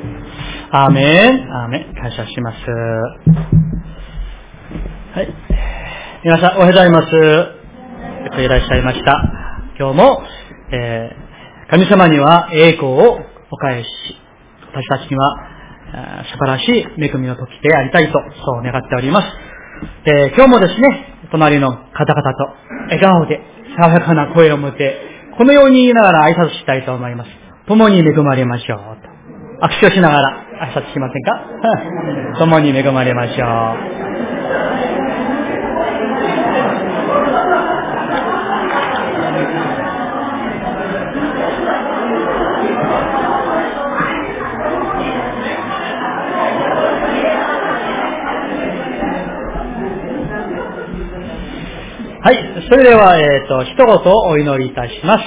アーメン、アーメン、感謝します。はい。皆さん、おはようございます。よくいらっしゃいました。今日も、神様には栄光をお返し、私たちには素晴らしい恵みの時でありたいと、そう願っております。今日もですね、隣の方々と笑顔で爽やかな声を持って、このように言いながら挨拶したいと思います。共に恵まれましょうと。握手をしながら挨拶しませんか？共に恵まれましょう。はい、それでは、一言お祈りいたします。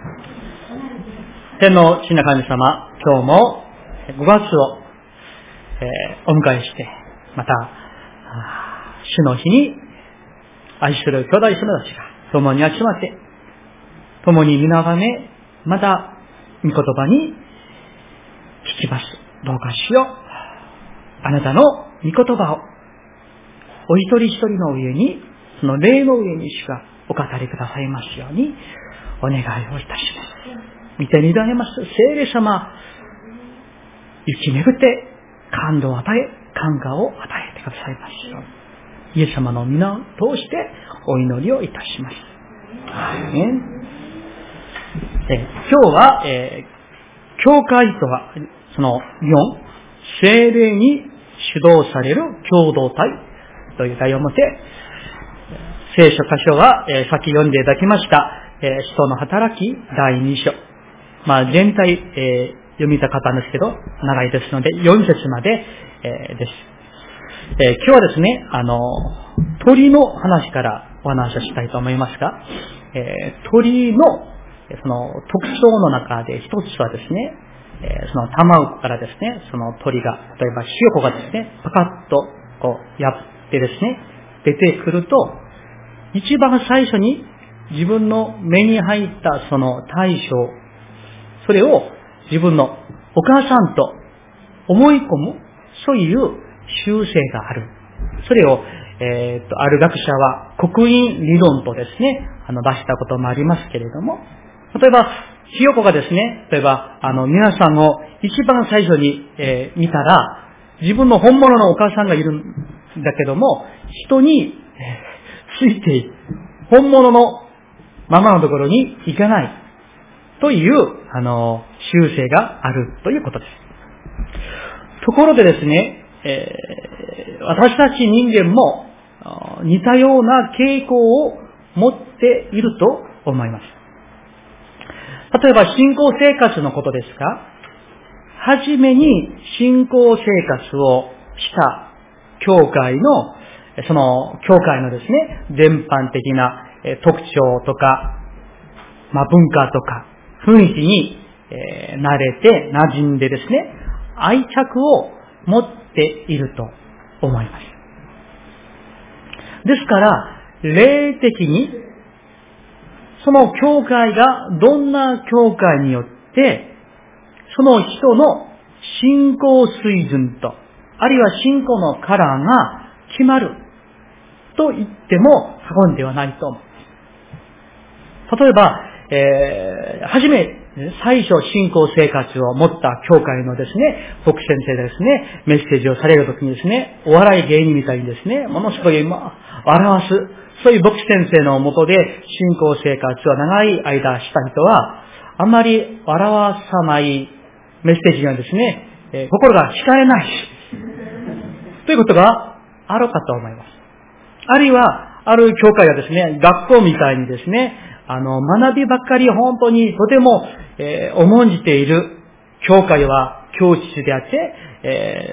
天の父な神様、今日も5月を、お迎えして、また、主の日に愛する兄弟姉妹たちが共に集まって、共に皆がめ、また、御言葉に聞きます。どうかしよう。あなたの御言葉を、お一人一人の上に、その霊の上に主がお語りくださいますように、お願いをいたします。御手に委ねます。聖霊様、生き巡って感動を与え、感化を与えてくださいますように。イエス様の皆を通してお祈りをいたします。今日は、教会とは、その4、聖霊に主導される共同体という題をもって、聖書箇所は、さっき読んでいただきました、使徒の働き第2章。全体、読みたかったんですけど、長いですので、4節まで、です。今日はですね、鳥の話からお話をしたいと思いますが、鳥の、その特徴の中で一つはですね、その卵からですね、その鳥が、例えばひよこがですね、パカッとこうやってですね、出てくると、一番最初に自分の目に入ったその対象、それを自分のお母さんと思い込む、そういう習性がある。それを、ある学者は刻印理論とですね、出したこともありますけれども、例えば、ひよこがですね、例えば、皆さんを一番最初に、見たら、自分の本物のお母さんがいるんだけども、人に、ついている。本物のママのところに行かない。という、習性があるということです。ところでですね、私たち人間も似たような傾向を持っていると思います。例えば信仰生活のことですが、はじめに信仰生活をした教会の、その教会のですね、全般的な特徴とか、文化とか、雰囲気に慣れて馴染んでですね、愛着を持っていると思います。ですから、霊的に、その教会がどんな教会によって、その人の信仰水準と、あるいは信仰のカラーが決まると言っても過言ではないと思います。例えば、最初信仰生活を持った教会のですね、牧師先生がですね、メッセージをされるときにですね、お笑い芸人みたいにですね、ものすごい笑わす、そういう牧師先生のもとで信仰生活を長い間した人は、あんまり笑わさないメッセージがですね、心が惹かれないということがあるかと思います。あるいは、ある教会がですね、学校みたいにですね、学びばっかり本当にとても、重んじている教会は教室であって、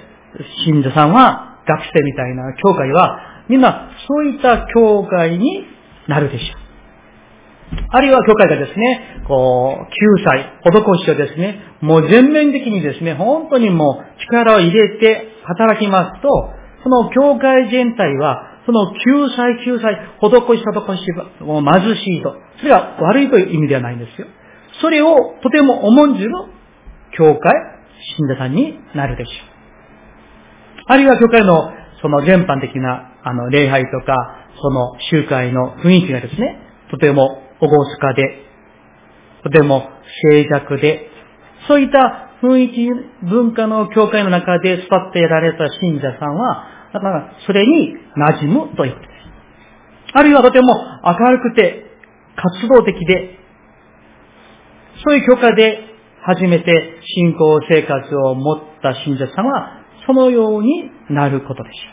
信者さんは学生みたいな教会はみんなそういった教会になるでしょう。あるいは教会がですね、救済、施しをですね、もう全面的にですね、本当にもう力を入れて働きますと、その教会全体はその救済、施しがもう貧しいと。それが悪いという意味ではないんですよ。それをとても重んじる教会、 信者さんになるでしょう。あるいは教会のその全般的な礼拝とか、その集会の雰囲気がですね、とても厳かで、とても静寂で、そういった雰囲気、文化の教会の中で育ってやられた信者さんは、だからそれに馴染むということです。あるいはとても明るくて活動的で、そういう教会で初めて信仰生活を持った信者さんは、そのようになることでしょ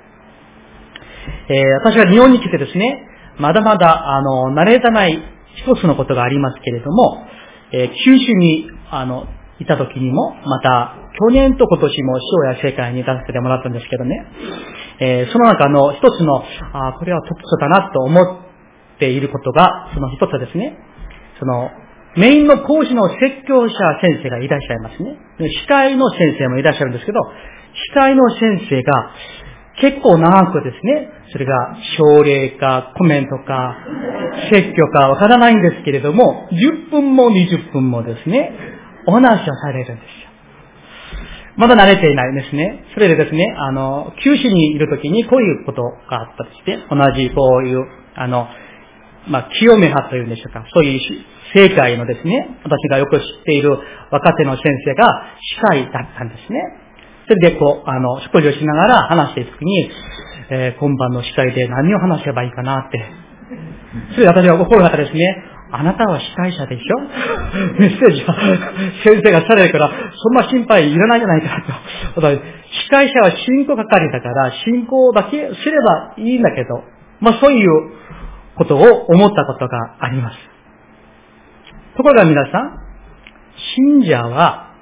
う。私は日本に来てですね、まだまだ慣れたない一つのことがありますけれども、九州にいた時にも、また去年と今年も塩や世界に出させてもらったんですけどね、その中の一つのこれは特徴だなと思っていることが、その一つはですね、そのメインの講師の説教者先生がいらっしゃいますね。司会の先生もいらっしゃるんですけど、司会の先生が結構長くですね、それが奨励かコメントか説教かわからないんですけれども、10分も20分もですね、お話をされるんですよ。まだ慣れていないんですね。それでですね、九州にいるときにこういうことがあったとして、同じこういう、清め派というんでしょうか。そういう正会のですね、私がよく知っている若手の先生が司会だったんですね。それで食事をしながら話しているときに、今晩の司会で何を話せばいいかなって。それで私は心の中ですね、あなたは司会者でしょメッセージは先生がされるから、そんな心配いらないじゃないかと。司会者は進行係だから、進行だけすればいいんだけど、そういうことを思ったことがあります。ところが皆さん、信者は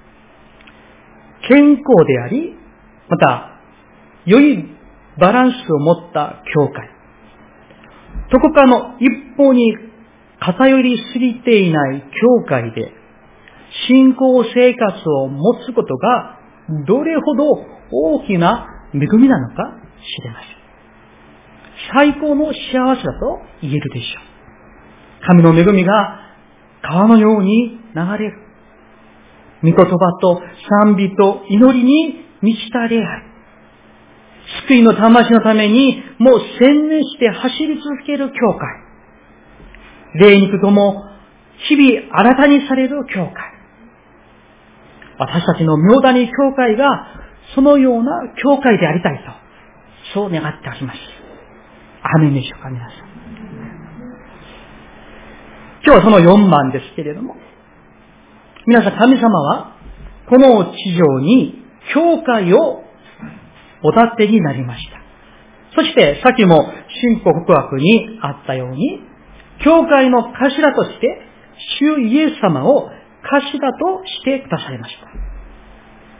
健康であり、また良いバランスを持った教会、どこかの一方に偏りすぎていない教会で信仰生活を持つことがどれほど大きな恵みなのか知れません。最高の幸せだと言えるでしょう。神の恵みが川のように流れる。御言葉と賛美と祈りに満ちた礼拝。救いの魂のためにもう専念して走り続ける教会。霊肉とも日々新たにされる教会。私たちの妙谷教会がそのような教会でありたいと、そう願っております。アーメンでしょうか、皆さん。今日はその4番ですけれども、皆さん、神様はこの地上に教会をお立てになりました。そしてさっきも信仰告白にあったように、教会の頭として主イエス様を頭としてくださいました。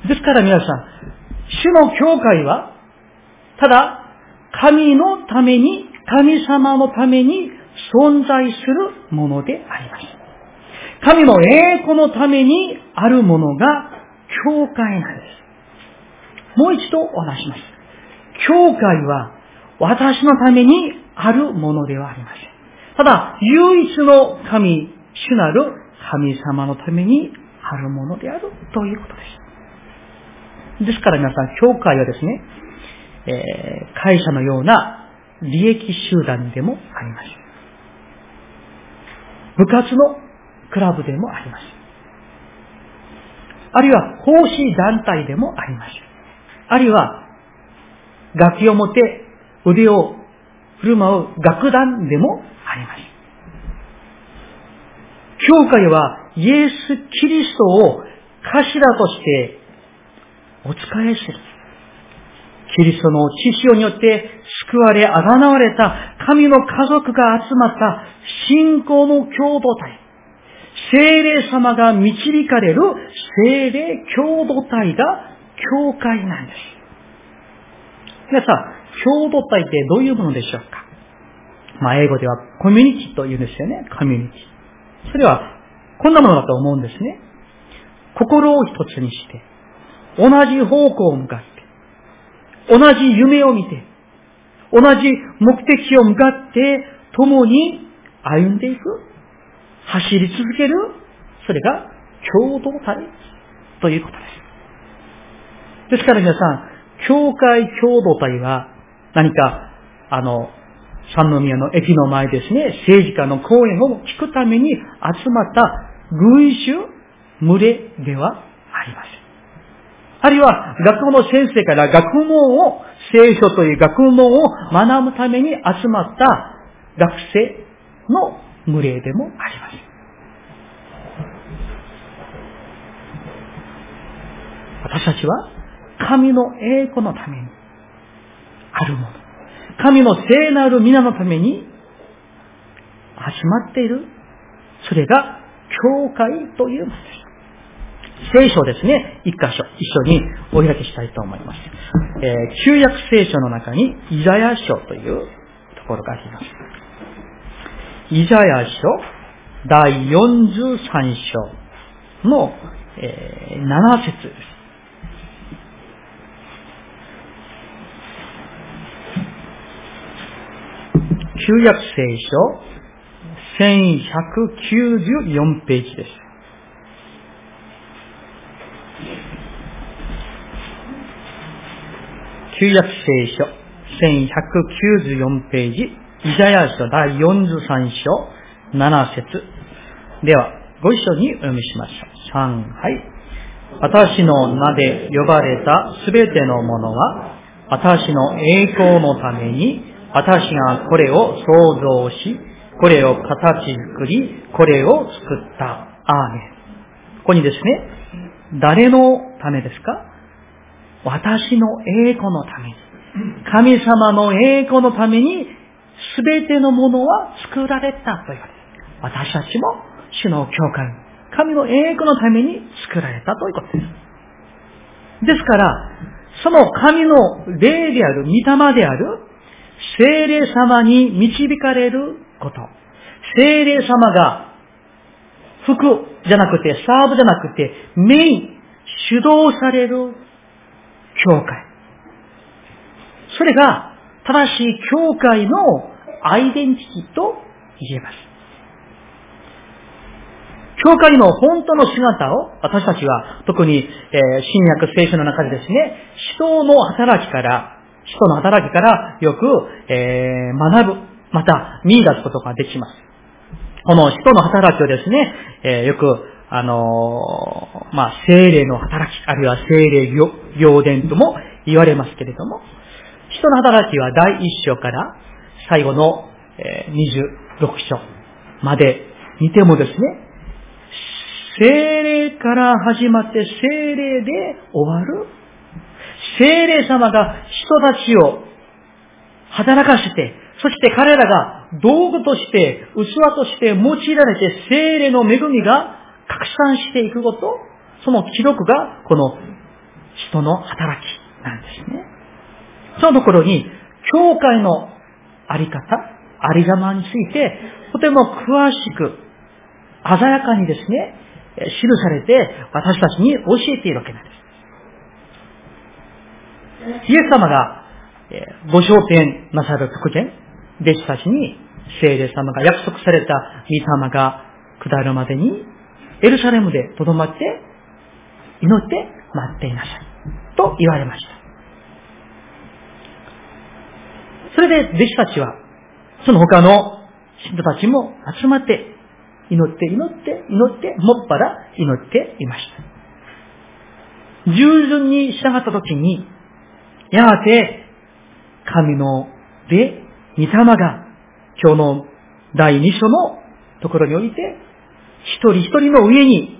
ですから皆さん、主の教会はただ神のために、神様のために存在するものであります。神の栄光のためにあるものが教会なんです。もう一度お話します。教会は私のためにあるものではありません。ただ、唯一の神、主なる神様のためにあるものであるということです。ですから皆さん、教会はですね、会社のような利益集団でもありません。部活のクラブでもありません。あるいは奉仕団体でもありません。あるいは楽器を持って腕を振る舞う楽団でもありません。教会はイエス・キリストを頭としてお仕えする。キリストの血潮によって救われ、贖われた神の家族が集まった信仰の共同体。聖霊様が導かれる聖霊共同体が教会なんです。皆さん、共同体ってどういうものでしょうか？英語ではコミュニティと言うんですよね。コミュニティ。それはこんなものだと思うんですね。心を一つにして、同じ方向を向かって、同じ夢を見て、同じ目的を向かって共に歩んでいく、走り続ける、それが共同体ということです。ですから皆さん、教会共同体は何か、三宮の駅の前ですね、政治家の講演を聞くために集まった群衆、群れではありません。あるいは学校の先生から学問を、聖書という学問を学ぶために集まった学生の群れでもありません。私たちは神の栄光のためにあるもの、神の聖なる皆のために集まっている、それが教会というものです。聖書ですね、一箇所一緒にお開きしたいと思います。旧約聖書の中にイザヤ書というところがあります。イザヤ書第43章の、7節です。旧約聖書1194ページです。旧約聖書1194ページ、イザヤ書第43章7節では、ご一緒にお読みしましょう。3、はい。私の名で呼ばれたすべてのものは、私の栄光のために、私がこれを創造し、これを形作り、これを作った。アーメン。ここにですね、誰のためですか？私の栄光のために。神様の栄光のために、すべてのものは作られたということです。私たちも主の教会、神の栄光のために作られたということです。ですから、その神の霊である、御霊である、聖霊様に導かれること。聖霊様が、服じゃなくて、サーブじゃなくて、メイン、主導される教会。それが、正しい教会のアイデンティティと言えます。教会の本当の姿を私たちは特に、新約聖書の中でですね、使徒の働きからよく、学ぶ、また見出すことができます。この使徒の働きをですね、よく、聖霊の働き、あるいは聖霊行伝とも言われますけれども、使徒の働きは第1章から最後の、26章まで見てもですね、聖霊から始まって聖霊で終わる。聖霊様が人たちを働かせて、そして彼らが道具として、器として用いられて聖霊の恵みが拡散していくこと、その記録がこの人の働きなんですね。そのところに、教会のあり方、ありざまについて、とても詳しく、鮮やかにですね、記されて、私たちに教えているわけなんです。イエス様が、ご昇天なさる直前、弟子たちに、聖霊様が約束された御霊が下るまでに、エルサレムでとどまって、祈って待っていなさい。と言われました。それで弟子たちは、その他の信徒たちも集まって、祈って、もっぱら祈っていました。従順に従ったときに、やがて、神の霊、御霊が、今日の第2章のところにおいて、一人一人の上に、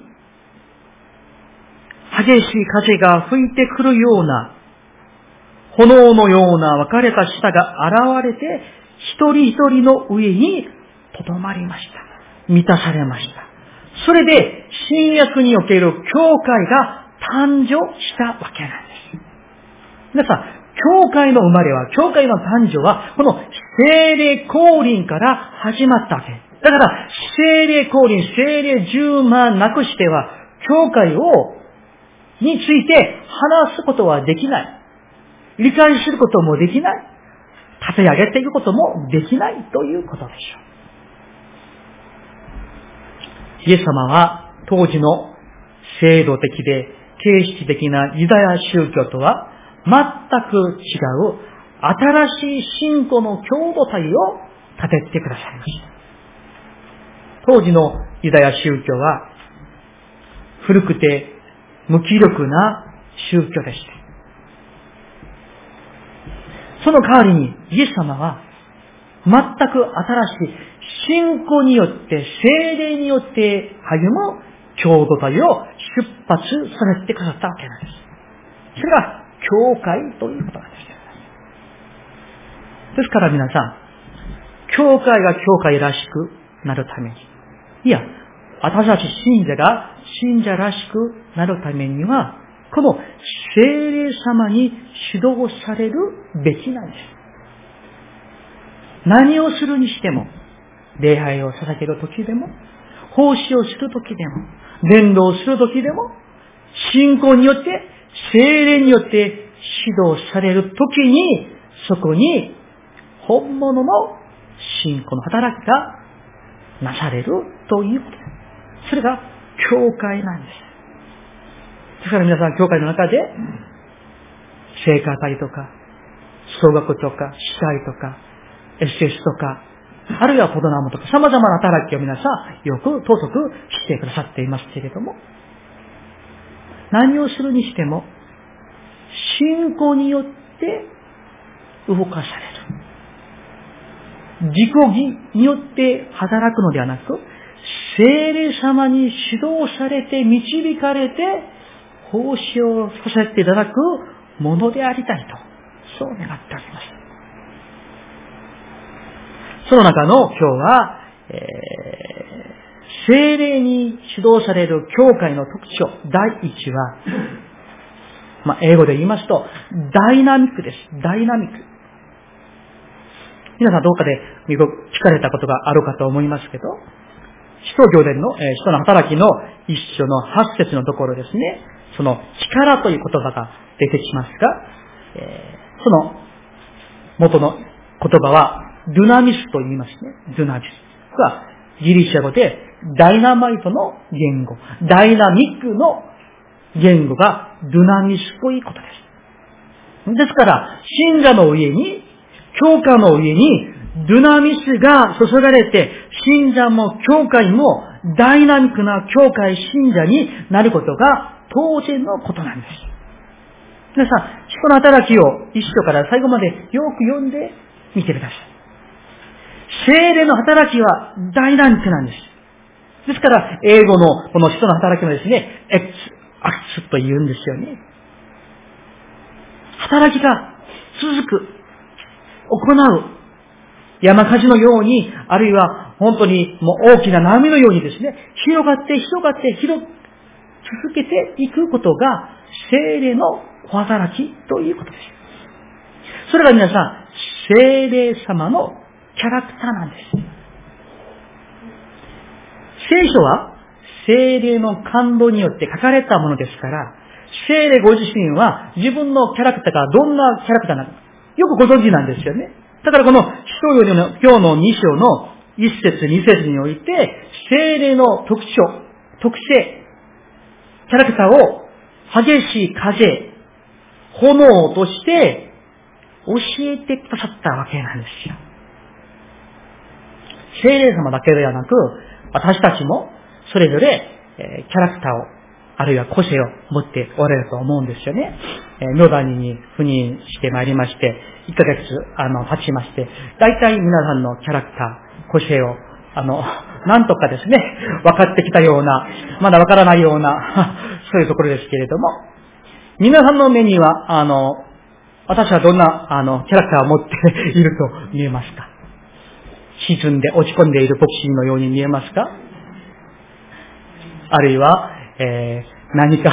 激しい風が吹いてくるような、炎のような分かれた舌が現れて、一人一人の上にとどまりました。満たされました。それで、新約における教会が誕生したわけなんです。皆さん、教会の生まれは、教会の誕生は、この聖霊降臨から始まったわけ。だから、聖霊降臨、聖霊充満なくしては、教会について話すことはできない。理解することもできない。立て上げていくこともできないということでしょう。イエス様は当時の制度的で形式的なユダヤ宗教とは全く違う新しい信仰の共同体を立ててくださいました。当時のユダヤ宗教は古くて無気力な宗教でした。その代わりにイエス様は全く新しい信仰によって聖霊によって励む共同体を出発されてくださったわけなんです。それが教会ということなんです。ですから皆さん、教会が教会らしくなるために、いや、私たち信者が信者らしくなるためには、この聖霊様に指導されるべきなんです。何をするにしても、礼拝を捧げるときでも、奉仕をするときでも、伝道するときでも、信仰によって、聖霊によって指導されるときに、そこに本物の信仰の働きがなされるということです。それが教会なんです。ですから皆さん、教会の中で、聖歌会とか、総学とか、司会とか、SS とか、あるいはコドナムとか、様々な働きを皆さん、よく統率してくださっていますけれども、何をするにしても、信仰によって動かされる。自己義によって働くのではなく、聖霊様に指導されて、導かれて、奉仕をさせていただくものでありたいと、そう願っております。その中の今日は、聖霊に指導される教会の特徴、第一は、英語で言いますと、ダイナミックです。ダイナミック。皆さんどうかで聞かれたことがあるかと思いますけど、使徒行伝の、使徒の働きの一章の8節のところですね、その力という言葉が出てきますが、その元の言葉は、ドゥナミスと言いますね。ドゥナミスがギリシャ語でダイナマイトの言語、ダイナミックの言語がドゥナミスということです。ですから、信者の上に、教会の上にドゥナミスが注がれて、信者も教会もダイナミックな教会信者になることが当然のことなんです。皆さん、使徒の働きを一章から最後までよく読んでみてください。聖霊の働きはダイナミックなんです。ですから、英語のこの使徒の働きもですね、アクツと言うんですよね。働きが続く、行う、山火事のように、あるいは本当にもう大きな波のようにですね、広がって続けていくことが聖霊のお働きということです。それが皆さん、聖霊様のキャラクターなんです。聖書は聖霊の感動によって書かれたものですから、聖霊ご自身は自分のキャラクターがどんなキャラクターなのか、よくご存知なんですよね。だからこの使徒行伝の今日の2章の1節2節において、聖霊の特性、キャラクターを激しい風、炎として教えてくださったわけなんですよ。聖霊様だけではなく、私たちもそれぞれキャラクターを、あるいは個性を持っておられると思うんですよね。明谷に赴任してまいりまして、1ヶ月経ちまして、大体皆さんのキャラクター、個性をなんとかですね、分かってきたような、まだ分からないようなそういうところですけれども、皆さんの目には私はどんなキャラクターを持っていると見えますか？沈んで落ち込んでいるボクシングのように見えますか？あるいは、何か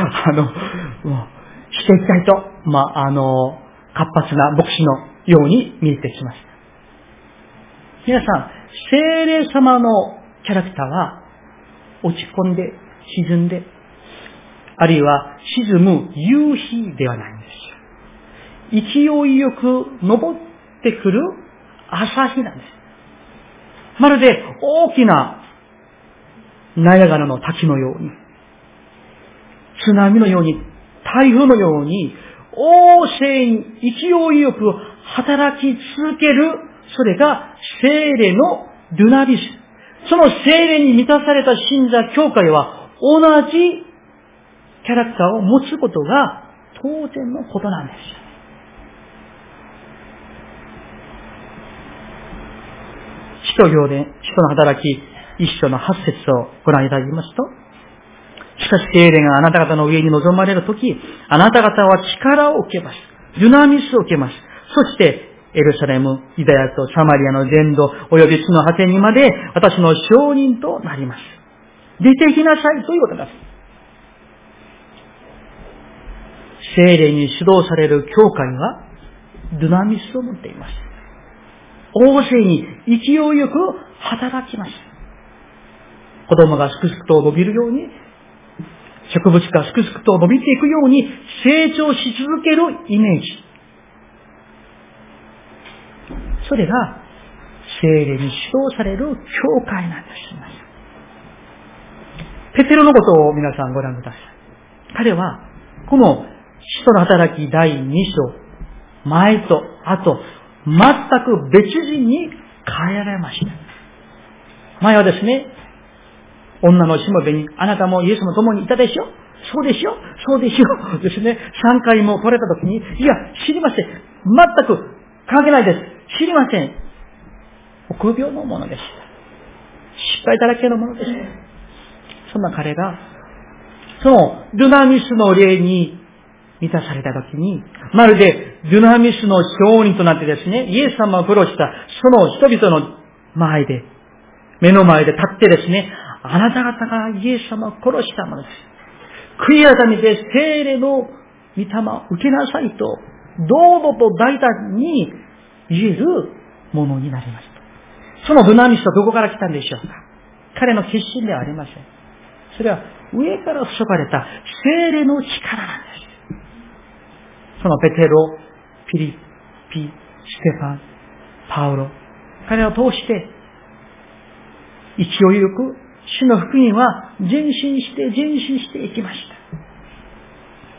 していきたいと、活発な牧師のように見えてきました。皆さん、聖霊様のキャラクターは落ち込んで沈んで、あるいは沈む夕日ではないんですよ。勢いよく登ってくる朝日なんです。まるで大きなナイアガラの滝のように、 津波のように、台風のように、旺盛に勢いよく働き続ける、それが聖霊のドゥナミス。その聖霊に満たされた信者教会は同じキャラクターを持つことが当然のことなんです。使徒行伝、使徒の働き、一章の8節をご覧いただきますと、しかし聖霊があなた方の上に臨まれるとき、あなた方は力を受けます。ドゥナミスを受けます。そして、エルサレム、ユダヤとサマリアの全土、および地の果てにまで私の証人となります。出てきなさいということです。聖霊に主導される教会は、ドゥナミスを持っています。旺盛に勢いよく働きます。子供がすくすくと伸びるように、植物がすくすくと伸びていくように成長し続けるイメージ。それが聖霊に主導される教会なんです。ペテロのことを皆さんご覧ください。彼はこの使徒の働き第2章、前と後、全く別人に変えられました。前はですね、女のしもべに、あなたもイエスも共にいたでしょ？そうでしょ？そうでしょ？ですね、3回も来られたときに、いや、知りません。全く関係ないです。知りません。臆病のものです。失敗だらけのものです。そんな彼が、そのドゥナミスの霊に満たされたときに、まるでドゥナミスの証人となってですね、イエス様を殺したその人々の前で、目の前で立ってですね、あなた方がイエス様を殺したものです。悔い改めて聖霊の御霊を受けなさいと、堂々と大胆に言えるものになりました。そのドゥナミスはどこから来たんでしょうか？彼の決心ではありません。それは上から注がれた聖霊の力なんです。そのペテロ、ピリピ、ステファン、パウロ、彼らを通して、勢いよく主の福音は前進していきました。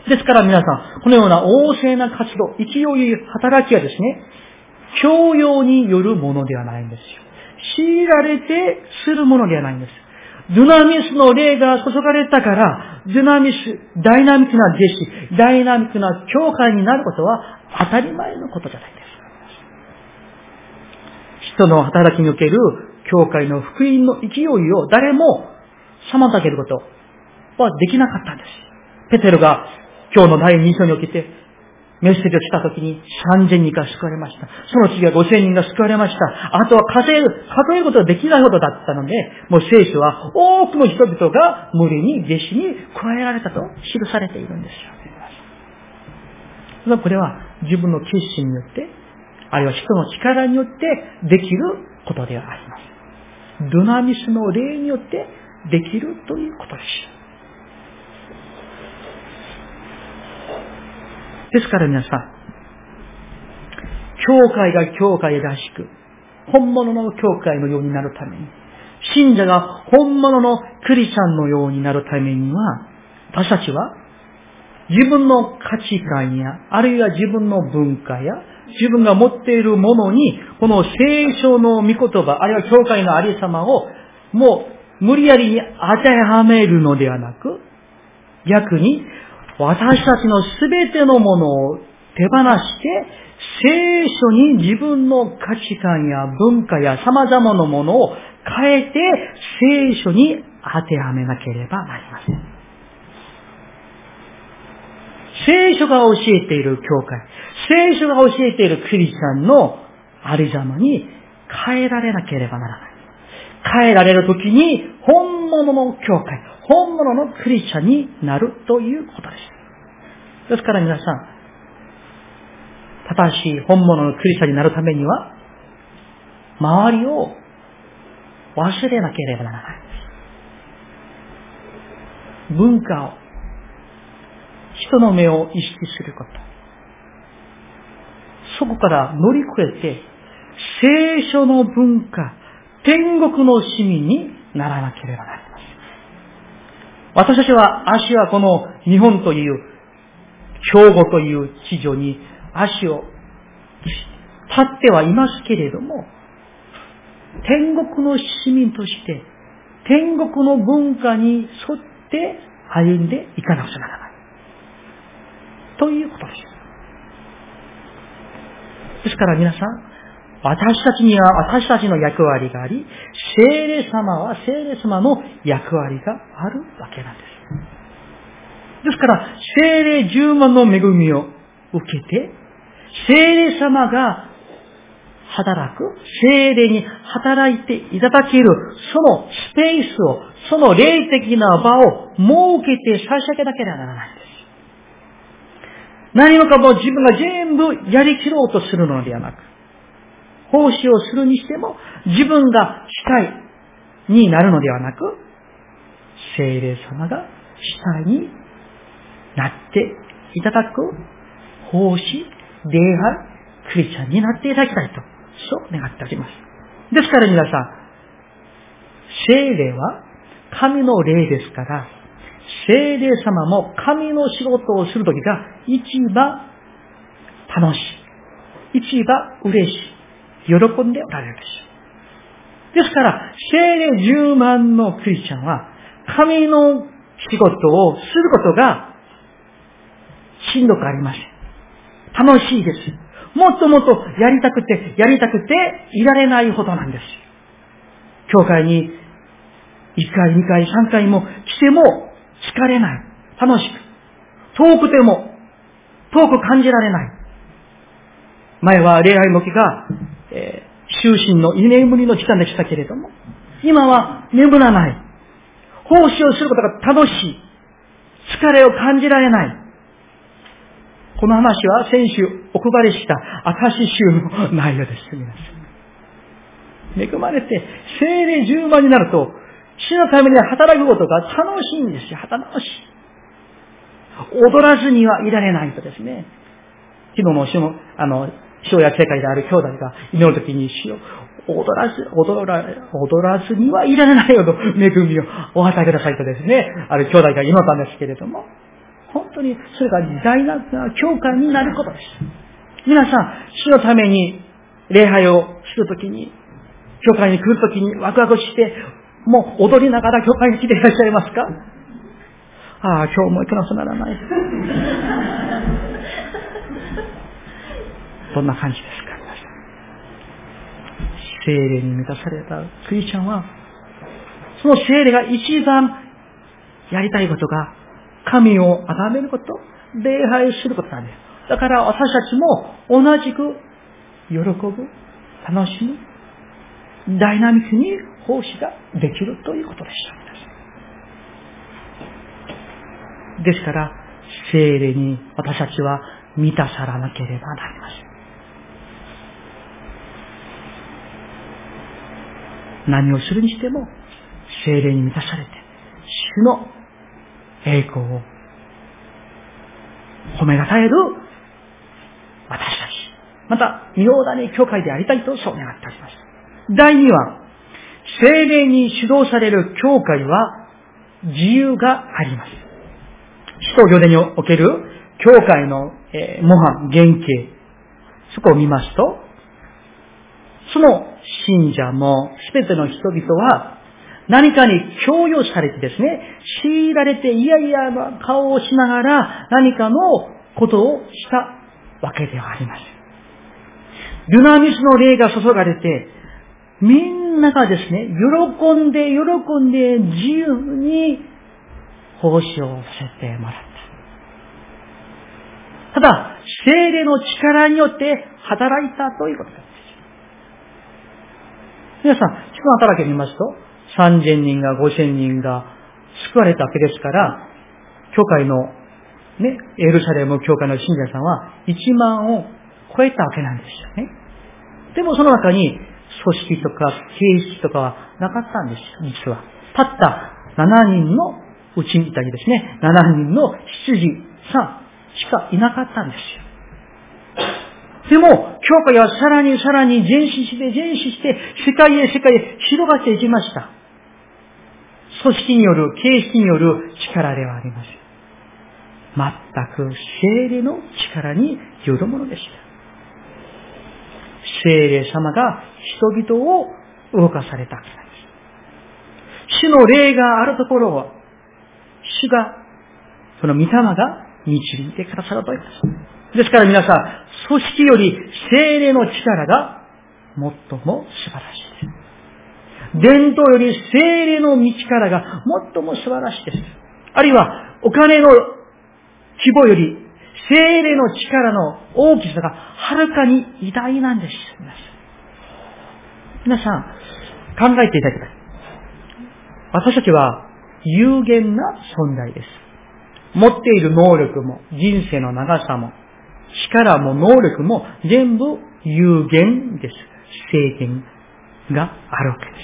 ですから皆さん、このような旺盛な活動、勢いよい働きはですね、教養によるものではないんですよ。強いられてするものではないんです。ドゥナミスの霊が注がれたから、ダイナミックな弟子、ダイナミックな教会になることは当たり前のことじゃないです。人の働きにおける教会の福音の勢いを誰も妨げることはできなかったんです。ペテロが今日の第2章におけてメッセージをしたときに3000人が救われました。その次は5000人が救われました。あとは数えることができないほどだったので、もう聖書は多くの人々が無理に弟子に加えられたと記されているんですよ。これは自分の決心によって、あるいは人の力によってできることではあります。ドゥナミスの霊によってできるということです。ですから皆さん、教会が教会らしく、本物の教会のようになるために、信者が本物のクリスチャンのようになるためには、私たちは自分の価値観や、あるいは自分の文化や、自分が持っているものに、この聖書の御言葉、あるいは教会のありさまを、もう無理やりに当てはめるのではなく、逆に、私たちのすべてのものを手放して、聖書に自分の価値観や文化や様々なものを変えて、聖書に当てはめなければなりません。聖書が教えている教会、聖書が教えているクリスチャンのありざまに変えられなければならない。変えられるときに本物の教会、本物のクリスチャンになるということです。ですから皆さん、正しい本物のクリスチャンになるためには、周りを忘れなければならない。文化を、人の目を意識すること。そこから乗り越えて、聖書の文化、天国の市民にならなければなりま私たちは足はこの日本という、兵庫という地上に足を立ってはいますけれども、天国の市民として、天国の文化に沿って歩んでいかなくちゃならない。ということです。ですから皆さん、私たちには私たちの役割があり、聖霊様は聖霊様の役割があるわけなんです。ですから、聖霊10万の恵みを受けて、聖霊様が働く、聖霊に働いていただける、そのスペースを、その霊的な場を設けて差し上げなければならないんです。何もかも自分が全部やりきろうとするのではなく、奉仕をするにしても自分が主体になるのではなく、聖霊様が主体になっていただく奉仕、礼拝、クリスチャンになっていただきたいと、そう願っております。ですから皆さん、聖霊は神の霊ですから、聖霊様も神の仕事をするときが一番楽しい、一番嬉しい、喜んでおられるでしょう。ですから、聖霊10万のクリスチャンは神の仕事をすることがしんどくありません。楽しいです。もっともっとやりたくていられないほどなんです。教会に1回、2回、3回も来ても疲れない。楽しく。遠くても遠く感じられない。前は礼拝の日が、就寝の居眠りの時間でしたけれども、今は眠らない。奉仕をすることが楽しい。疲れを感じられない。この話は先週お配りした証し集の内容です。皆さん。恵まれて、聖霊10万になると、主のために働くことが楽しいんですよ。楽しい。踊らずにはいられないとですね。昨日の塩や世界である兄弟が祈るときに踊らずにはいられないほど恵みをお与えくださいとですね、ある兄弟が祈ったんですけれども、本当にそれが大な教会になることです。皆さん、主のために礼拝をするときに、教会に来るときにワクワクして、もう踊りながら教会に来ていらっしゃいますか？ああ、今日も行かなくならない。どんな感じですか？皆さん。聖霊に満たされたクリスチャンは、その聖霊が一番やりたいことが、神を崇めること、礼拝することなんです。だから私たちも同じく喜ぶ、楽しむ、ダイナミックに奉仕ができるということでした。ですから、聖霊に私たちは満たさらなければなりません。何をするにしても、聖霊に満たされて、主の栄光を褒めたたえる私たち。また、御用谷教会でありたいとそう願っております。第2は、聖霊に主導される教会は自由があります。使徒行伝における教会の模範、原型、そこを見ますと、その信者もすべての人々は何かに強要されてですね、強いられて嫌々な顔をしながら何かのことをしたわけではありません。ルナミスの霊が注がれて、みんながですね、喜んで自由に奉仕をさせてもらった。ただ、聖霊の力によって働いたということです。皆さん、地区の働きを見ますと、3000人が5000人が救われたわけですから、教会の、ね、エルサレム教会の信者さんは1万を超えたわけなんですよね。でもその中に、組織とか形式とかはなかったんですよ、実は。たった7人のうちみたいにですね、7人の執事さんしかいなかったんですよ。でも、教会はさらに前進して、世界へ広がっていきました。 組織による、形式による力ではありません。全く聖霊の力によるものでした。聖霊様が人々を動かされたからです。主の霊があるところは、主が、その御霊が導いてくださると言います。ですから皆さん、組織より聖霊の力が最も素晴らしいです。伝統より聖霊の力が最も素晴らしいです。あるいは、お金の規模より聖霊の力の大きさがはるかに偉大なんです。皆さん、考えていただきたい。私たちは有限な存在です。持っている能力も、人生の長さも、力も能力も全部有限です。制限があるわけです。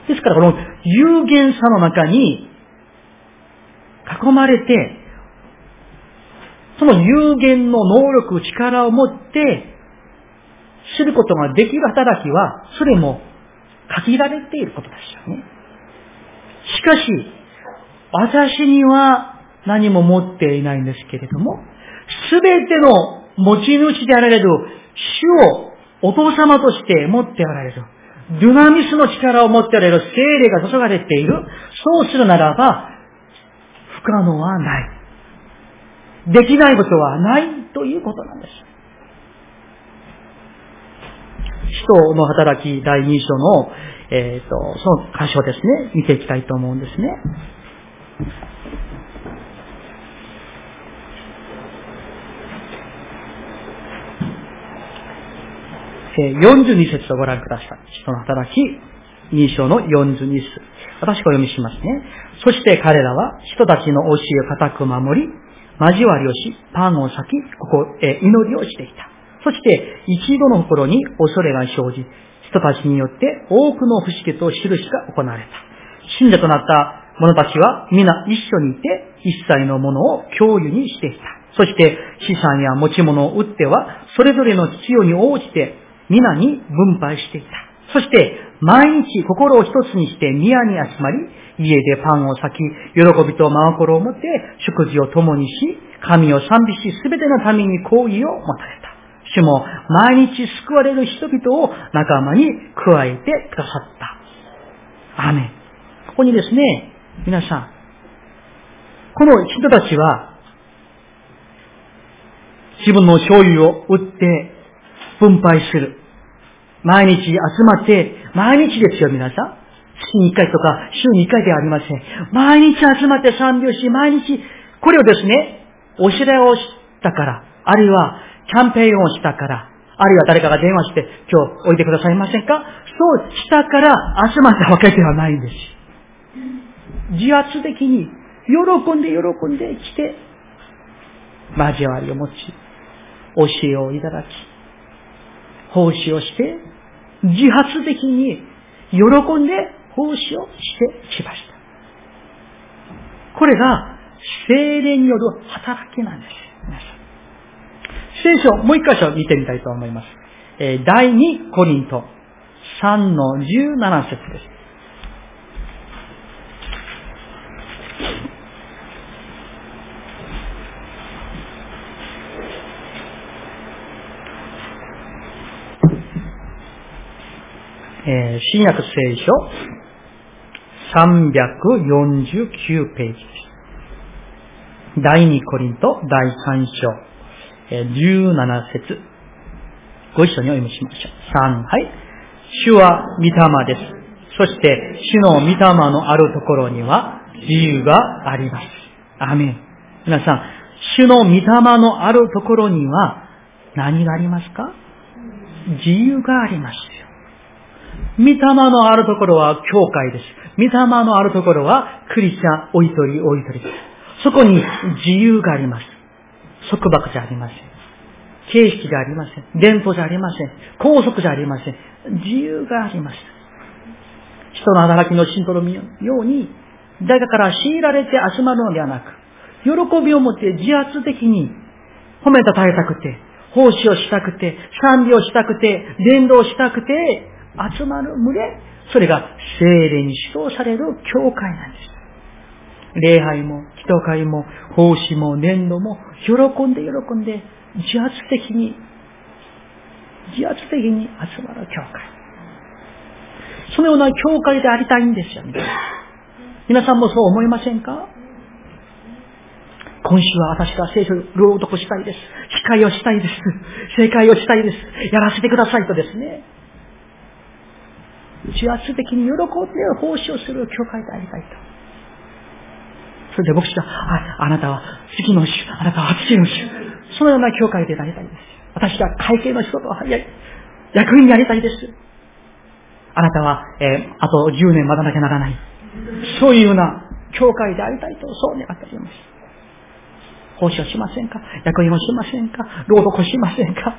ですからこの有限さの中に囲まれて、その有限の能力、力を持ってすることができる働きは、それも限られていることですよね。しかし、私には何も持っていないんですけれども、すべての持ち主であられる主をお父様として持っておられる。デュナミスの力を持っておられる聖霊が注がれている。そうするならば、不可能はない。できないことはないということなんです。使徒の働き第2章の、その箇所ですね、見ていきたいと思うんですね。42節をご覧ください。使徒の働き2章の42節。私がお読みしますね。そして彼らは人たちの教えを固く守り、交わりをし、パンを裂き、祈りをしていた。そして一度の心に恐れが生じ、人たちによって多くの不思議と印が行われた。信者となった者たちは皆一緒にいて、一切のものを共有にしていた。そして資産や持ち物を売っては、それぞれの必要に応じて皆に分配していた。そして毎日心を一つにして宮に集まり、家でパンを裂き、喜びと真心を持って食事を共にし、神を賛美し、すべての民に好意を持たれた。主も毎日救われる人々を仲間に加えてくださった。アーメン。ここにですね、皆さん、この人たちは、自分の所有を売って分配する。毎日集まって、毎日ですよ皆さん。月に1回とか週に1回ではありません。毎日集まって賛美をし、毎日、これをですね、お知らせをしたから、あるいはキャンペーンをしたから、あるいは誰かが電話して、今日おいでくださいませんか？そうしたから集まったわけではないんです。自発的に、喜んで来て、交わりを持ち、教えをいただき、奉仕をして、自発的に喜んで奉仕をしてきました。これが聖霊による働きなんです。聖書、もう一箇所見てみたいと思います。第2コリント3の17節です。新約聖書349ページです。第2コリント第3章17節ご一緒にお読みしましょう。3、はい。主は御霊です。そして主の御霊のあるところには自由があります。アーメン。皆さん、主の御霊のあるところには何がありますか？自由がありますよ。御霊のあるところは教会です。御霊のあるところはクリスチャンお一人お一人です。そこに自由があります。束縛じゃありません。形式じゃありません。伝統じゃありません。拘束じゃありません。自由があります。人の働きの信徒のように、誰かから強いられて集まるのではなく、喜びを持って自発的に褒めたたえたくて、奉仕をしたくて、賛美をしたくて、伝道したくて、集まる群れ、 それが聖霊に主導される教会なんです。礼拝も、祈祷会も、奉仕も、年度も、喜んで、自発的に集まる教会。そのような教会でありたいんですよね。皆さんもそう思いませんか？今週は私が聖書を朗読したいです。司会をしたいです。正解をしたいです。やらせてくださいとですね。自発的に喜んで奉仕をする教会でありたいと。それで牧師が、あなたは次の週、あなたは次の週。そのような教会でありたいんです。私が会計の仕事を役員になりたいです。あなたは、あと10年待たなきゃならない。そういうような教会でありたいと、そう願っております。奉仕をしませんか？役員をしませんか？朗読をしませんか？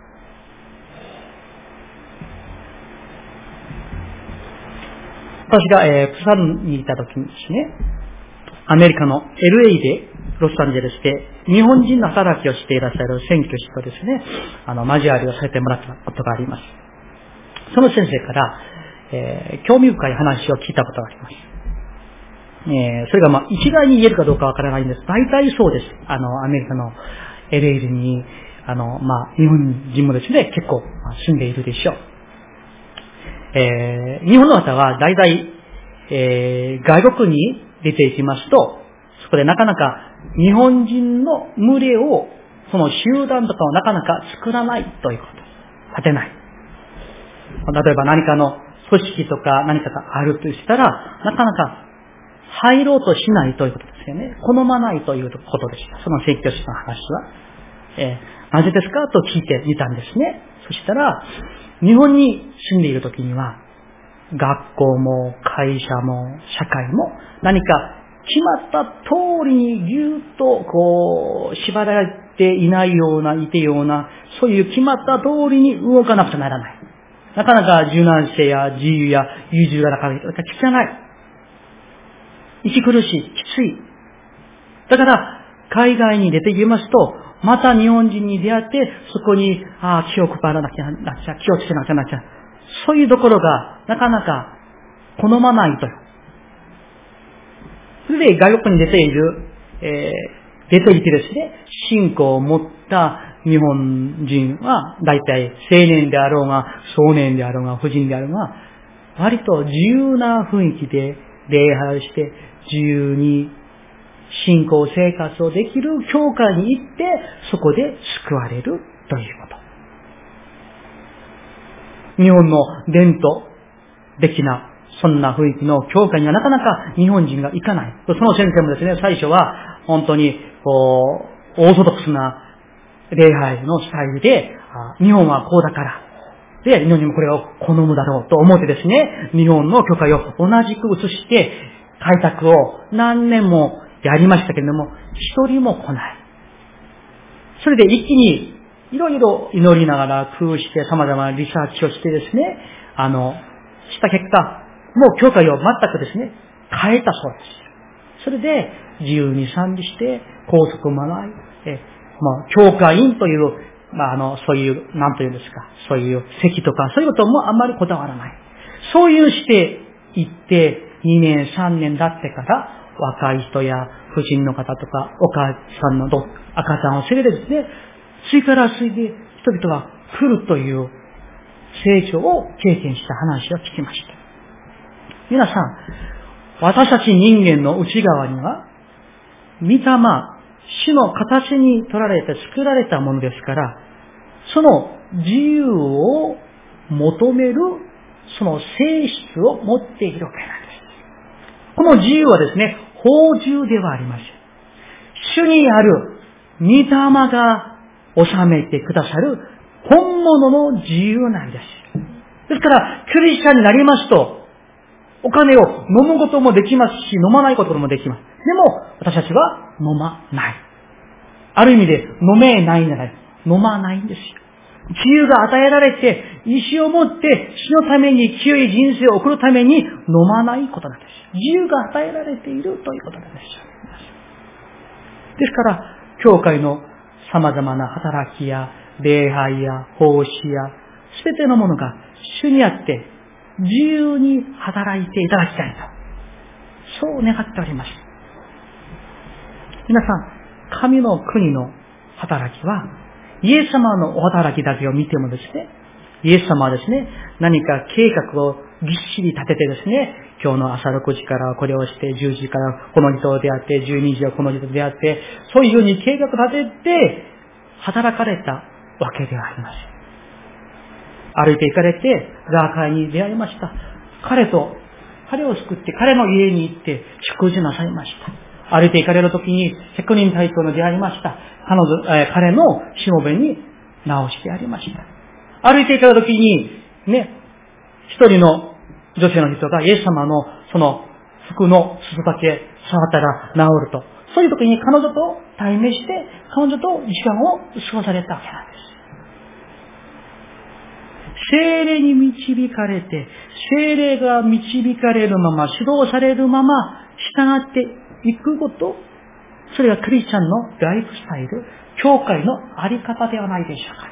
私が、プサンにいた時にですね、アメリカの LA で、ロサンゼルスで、日本人の働きをしていらっしゃる宣教師とですね、交わりをさせてもらったことがあります。その先生から、興味深い話を聞いたことがあります。それが一概に言えるかどうかわからないんです。大体そうです。アメリカの LA に、日本人もですね、結構住んでいるでしょう。日本の方は大体、外国に出ていきますと、そこでなかなか日本人の群れを、その集団とかをなかなか作らないということ。立てない。例えば何かの組織とか何かがあるとしたら、なかなか入ろうとしないということですよね。好まないということでした。その宣教師の話は。なぜですかと聞いてみたんですね。そしたら、日本に住んでいるときには、学校も会社も社会も何か決まった通りにぎゅっと縛られていないような、いてような、そういう決まった通りに動かなくちゃならない。なかなか柔軟性や自由や優柔がなかなか汚い。息苦しい、きつい。だから、海外に出て行きますと、また日本人に出会って、そこに、気を配らなきゃなっちゃ、気をつけなきゃなっちゃ。そういうところが、なかなか好まないと。それで外国に出ていてですね、信仰を持った日本人は、大体青年であろうが、壮年であろうが、婦人であろうが、割と自由な雰囲気で礼拝をして、自由に信仰生活をできる教会に行って、そこで救われるということ。日本の伝統的な、そんな雰囲気の教会にはなかなか日本人が行かない。その先生もですね、最初は本当にオーソドックスな礼拝のスタイルで、日本はこうだから、で、日本人もこれを好むだろうと思ってですね、日本の教会を同じく移して、開拓を何年もやりましたけれども、一人も来ない。それで一気にいろいろ祈りながら工夫して様々なリサーチをしてですね、した結果、もう教会を全くですね、変えたそうです。それで自由に賛美して拘束もない、教会員という、そういう、なんというんですか、そういう席とかそういうこともあんまりこだわらない。そういうしていって2年3年経ってから若い人や婦人の方とかお母さんの赤ちゃんを連れてですね、次から次で人々が来るという成長を経験した話を聞きました。皆さん、私たち人間の内側には、御霊、主の形に取られて作られたものですから、その自由を求める、その性質を持っているわけなんです。この自由はですね、法自ではありません。主にある御霊が治めてくださる本物の自由なんです。ですから、クリスチャンになりますと、お金を飲むこともできますし、飲まないこともできます。でも、私たちは飲まない。ある意味で飲めないなら飲まないんですよ。自由が与えられて、意志を持って主のために清い人生を送るために飲まないことなんです。自由が与えられているということなんです。ですから、教会の様々な働きや礼拝や奉仕や全てのものが主にあって自由に働いていただきたいと、そう願っております。皆さん、神の国の働きは、イエス様のお働きだけを見てもですね、イエス様はですね、何か計画をぎっしり立ててですね、今日の朝6時からこれをして、10時からこの人と出会って、12時はこの人と出会って、そういうふうに計画立てて、働かれたわけではありません。歩いて行かれて、ザーカイに出会いました。彼を救って、彼の家に行って、祝辞なさいました。歩いて行かれるときに、100人隊長の出会いました。彼のしもべに直してやりました。歩いて行かれるときに、ね、一人の女性の人がイエス様のその服の裾だけ触ったら治ると。そういうときに彼女と対面して、彼女と時間を過ごされたわけなんです。聖霊に導かれて、聖霊が導かれるまま、指導されるまま、従っていくこと、それがクリスチャンのライフスタイル、教会のあり方ではないでしょうか。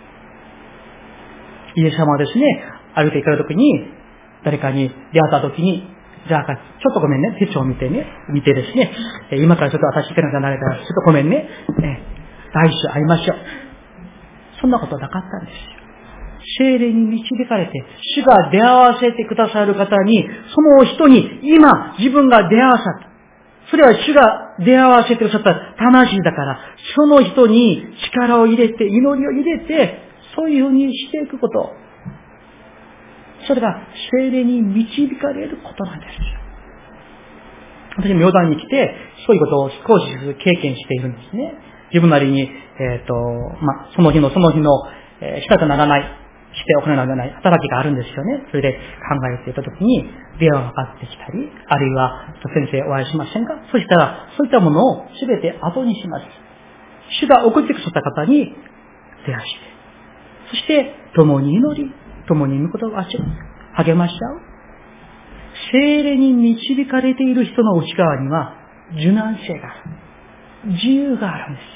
イエス様はですね、歩いて行かれるときに、誰かに出会ったときに、じゃあ、ちょっとごめんね、手帳を見てですね、今からちょっと私手のが慣れたら、ちょっとごめんね、来週会いましょう。そんなことなかったんですよ。聖霊に導かれて、主が出会わせてくださる方に、その人に今自分が出会わさった。それは主が出会わせてくださった魂だから、その人に力を入れて、祈りを入れて、そういうふうにしていくこと。それが聖霊に導かれることなんですよ。私も妙談に来て、そういうことを少しずつ経験しているんですね。自分なりに、その日の、したくならない、しておかなきゃならない働きがあるんですよね。それで考えていたときに、電話がかかってきたり、あるいは、先生お会いしませんか？そしたら、そういったものをすべて後にします。主が送ってくださった方に出会して、そして、共に祈り、共に御言葉を励まし合う。聖霊に導かれている人の内側には、柔軟性がある。自由があるんです。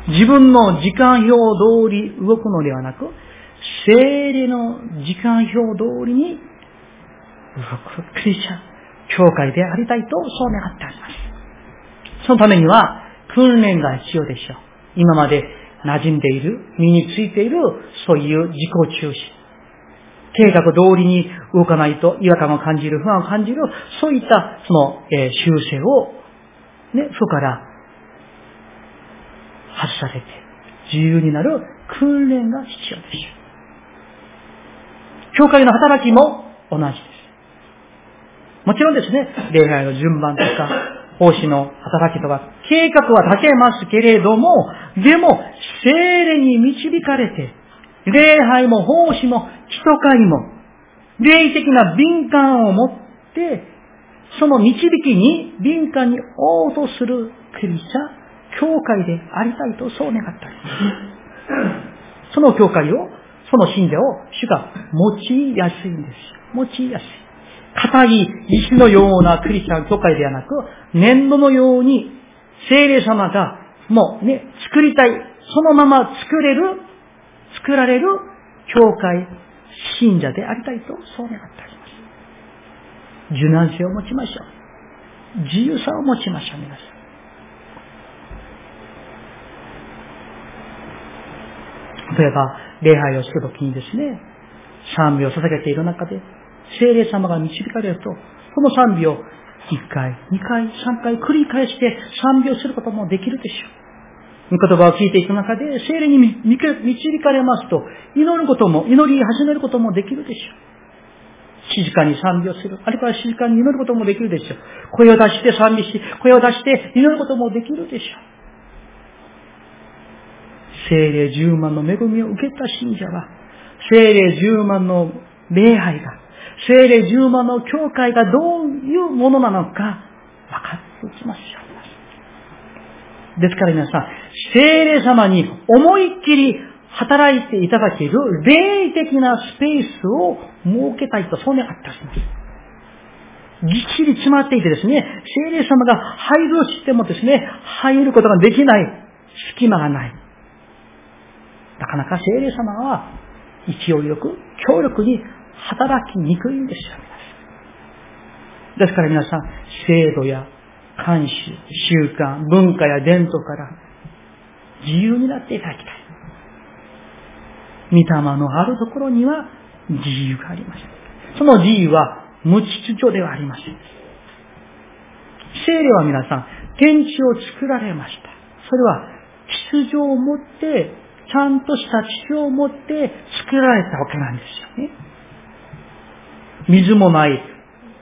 自分の時間表通り動くのではなく、聖霊の時間表通りに動くクリスチャン、教会でありたいとそう願ってあります。そのためには、訓練が必要でしょう。今まで馴染んでいる、身についている、そういう自己中心。計画通りに動かないと違和感を感じる、不安を感じる、そういったその、習性を、そこから外されて、自由になる訓練が必要でしょう。教会の働きも同じです。もちろんですね、礼拝の順番とか、奉仕の働きとか、計画は立てますけれども、でも、聖霊に導かれて、礼拝も奉仕も、人会も、霊的な敏感を持って、その導きに敏感に応答するクリスチャン、教会でありたいとそう願っております。その教会を、その信者を主が用いやすいんです。用いやすい。固い石のようなクリスチャン教会ではなく、粘土のように聖霊様がもうね、作りたい、そのまま作られる教会、信者でありたいとそう願っております。柔軟性を持ちましょう。自由さを持ちましょう、皆さん。例えば、礼拝をするときにですね、賛美を捧げている中で、聖霊様が導かれると、その賛美を1回、2回、3回繰り返して賛美をすることもできるでしょう。御言葉を聞いていく中で、聖霊に導かれますと、祈り始めることもできるでしょう。静かに賛美をする。あるいは静かに祈ることもできるでしょう。声を出して賛美し、声を出して祈ることもできるでしょう。聖霊10万の恵みを受けた信者は、聖霊10万の礼拝が、聖霊10万の教会がどういうものなのか分かってきますよ。ですから皆さん、聖霊様に思いっきり働いていただける霊的なスペースを設けたいとそう願っております。ぎっしり詰まっていてですね、聖霊様が入るしてもですね、入ることができない隙間がない。なかなか聖霊様は勢いよく、強力に働きにくいんですよ。ですから皆さん、制度や慣習、習慣、文化や伝統から自由になっていただきたい。御霊のあるところには自由がありません。その自由は無秩序ではありません。聖霊は皆さん、天地を作られました。それは秩序を持って、ちゃんとした秩序を持って作られたわけなんですよね。水もない、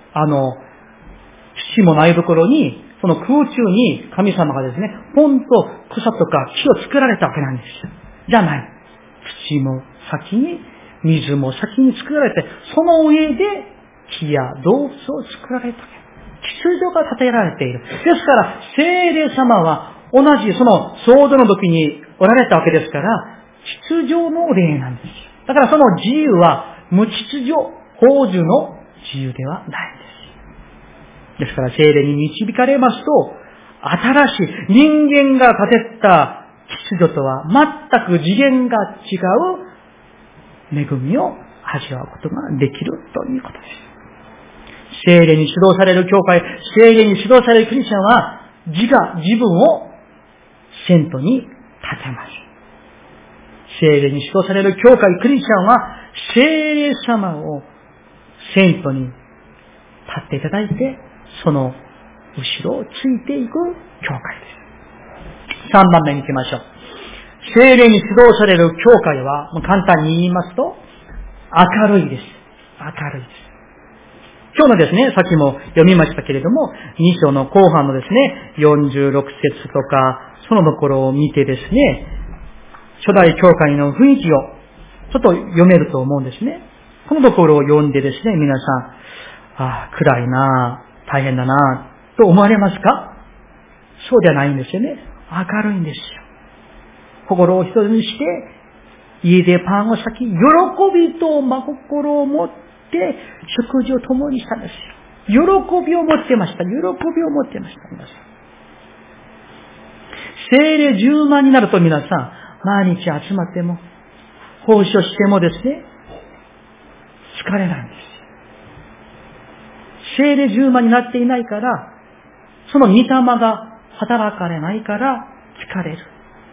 土もないところに、その空中に神様がですね、ポンと草とか木を作られたわけなんですよ。じゃない。土も先に、水も先に作られて、その上で木や動物を作られたわけ。秩序が立てられている。ですから、聖霊様は同じその創造の時におられたわけですから、秩序の霊なんですよ。だからその自由は無秩序、宝珠の自由ではないんです。ですから聖霊に導かれますと、新しい人間が立てた秩序とは全く次元が違う恵みを味わうことができるということです。聖霊に指導される教会、聖霊に指導されるクリスチャンは自分を聖徒に立てます。聖霊に指導される教会、クリスチャンは聖霊様を聖徒に立っていただいて、その後ろをついていく教会です。3番目に行きましょう。聖霊に指導される教会は、簡単に言いますと、明るいです。明るいです。今日のですね、さっきも読みましたけれども、2章の後半のですね、46節とか、そのところを見てですね、初代教会の雰囲気をちょっと読めると思うんですね。このところを読んでですね、皆さん、暗いなぁ、大変だなぁ、と思われますか？そうではないんですよね。明るいんですよ。心を一つにして、家でパンを裂き、喜びと真心を持って、食事を共にしたんですよ。喜びを持ってました。喜びを持ってました。皆さん。聖霊10万になると皆さん、毎日集まっても、奉仕をしてもですね、疲れないんです。聖霊10万になっていないから、その御霊が働かれないから疲れる。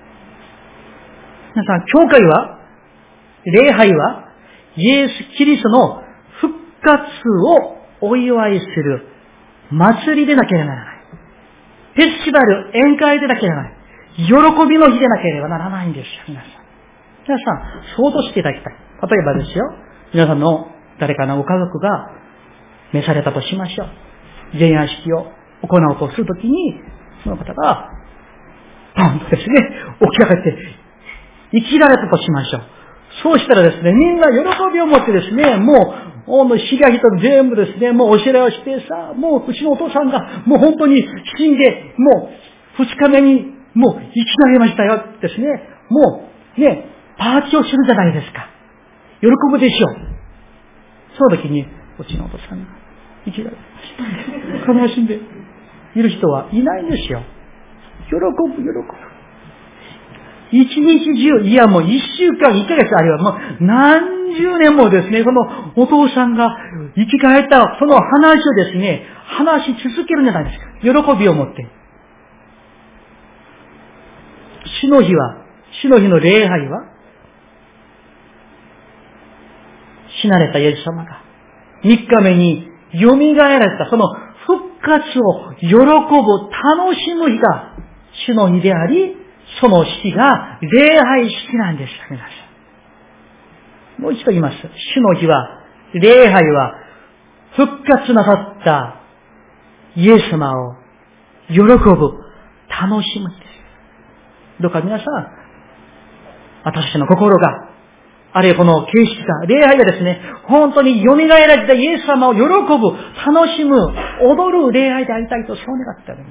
皆さん、教会は、礼拝は、イエス・キリストの復活をお祝いする祭りでなければならない。フェスティバル、宴会でなければならない。喜びの日でなければならないんですよ、皆さん。皆さん、想像していただきたい。例えばですよ、皆さんの誰かのご家族が召されたとしましょう。前夜式を行おうとするときに、その方が、パンとですね、起き上がって生きられたとしましょう。そうしたらですね、みんな喜びを持ってですね、もう、死が人全部ですね、もうお知らをしてさ、もううちのお父さんがもう本当に死んで、もう2日目にもう生きられましたよですね、もうね、パーティーをするじゃないですか。喜ぶでしょう。その時に、うちのお父さんが生きられました。悲しんでいる人はいないんですよ。喜ぶ。一日中、いやもう1週間、1ヶ月あるいはもう何十年もですね、そのお父さんが生き返ったその話をですね、話し続けるんじゃないですか。喜びを持って。死の日の礼拝は、死なれたイエス様が3日目に蘇られたその復活を喜ぶ、楽しむ日が主の日であり、その式が礼拝式なんです。皆さん。もう一度言います。主の日は、礼拝は、復活なさったイエス様を喜ぶ、楽しむ日です。どうか皆さん、私たちの心が、あるいはこの形式が、礼拝がですね、本当に蘇られたイエス様を喜ぶ、楽しむ、踊る礼拝でありたいとそう願っております。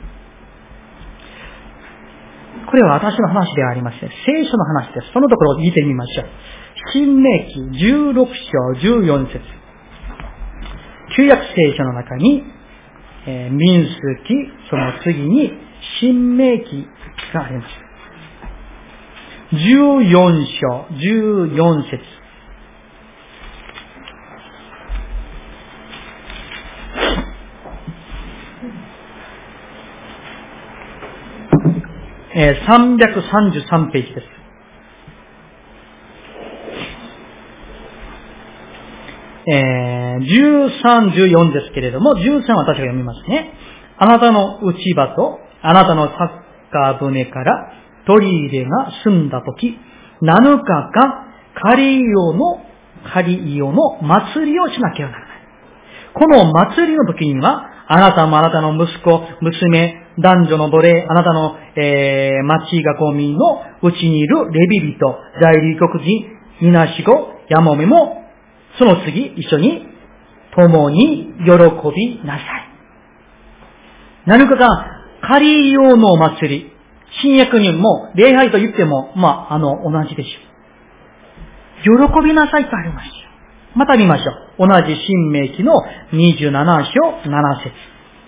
これは私の話ではありません。聖書の話です。そのところを見てみましょう。新明記16章14節。旧約聖書の中に、民数記、その次に新明記があります。 14章、14節。333ページです。13、14ですけれども、13は私が読みますね。あなたの内場と、あなたのサッカー船から取り入れが済んだとき、7日間、仮用の祭りをしなければならない。この祭りの時には、あなたもあなたの息子、娘、男女の奴隷、あなたの、町囲みのうちにいるレビ人、在留国人、みなしご、やもめも、その次、一緒に、共に喜びなさい。7日間、仮用のお祭り。新約にも、礼拝と言っても、同じでしょう。喜びなさいとありますよ。また見ましょう。同じ新明記の27章7節。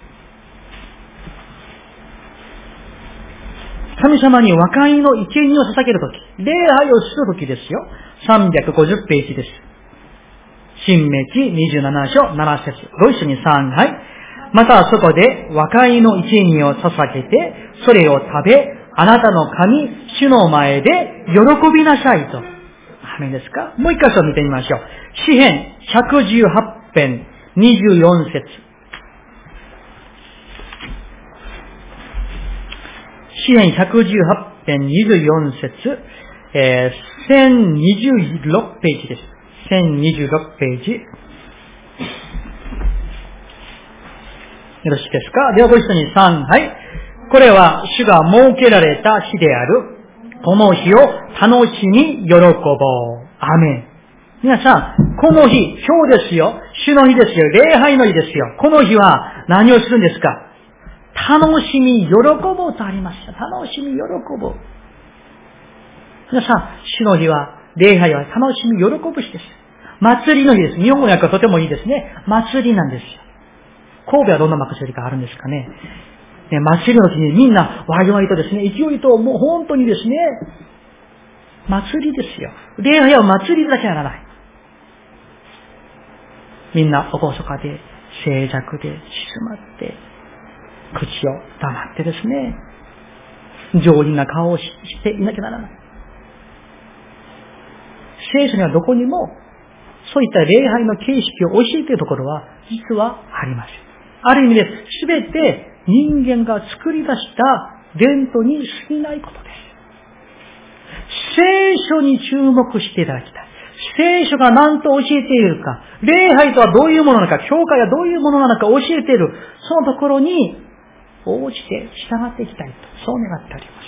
神様に和解の生贄を捧げるとき、礼拝をするときですよ。350ページです。新明記27章7節。ご一緒に3、はい。またそこで和解の生贄を捧げて、それを食べ、あなたの神、主の前で喜びなさいと。アメンですか？もう一箇所見てみましょう。詩編118編24節。詩編118編24節、1026ページです。1026ページ。よろしいですか？ではご一緒に3、はい。これは主が設けられた日である。この日を楽しみ喜ぼう。アメン。皆さん、この日、今日ですよ。主の日ですよ。礼拝の日ですよ。この日は何をするんですか？楽しみ喜ぼうとありました。楽しみ喜ぼう。皆さん、主の日は、礼拝は楽しみ喜ぶ日です。祭りの日です。日本語の訳はとてもいいですね。祭りなんですよ。神戸はどんな祭りがあるんですかね。祭りの日にみんなわいわいとですね、勢いともう本当にですね、祭りですよ。礼拝は祭りだけならない。みんなおごそかで、静寂で、静まって、口を黙ってですね、上品な顔をしていなきゃならない。聖書にはどこにも、そういった礼拝の形式を教えているところは、実はありません。ある意味で、すべて人間が作り出した伝統に過ぎないことです。聖書に注目していただきたい。聖書が何と教えているか、礼拝とはどういうものなのか、教会はどういうものなのか教えている、そのところに応じて従っていきたいと、そう願っております。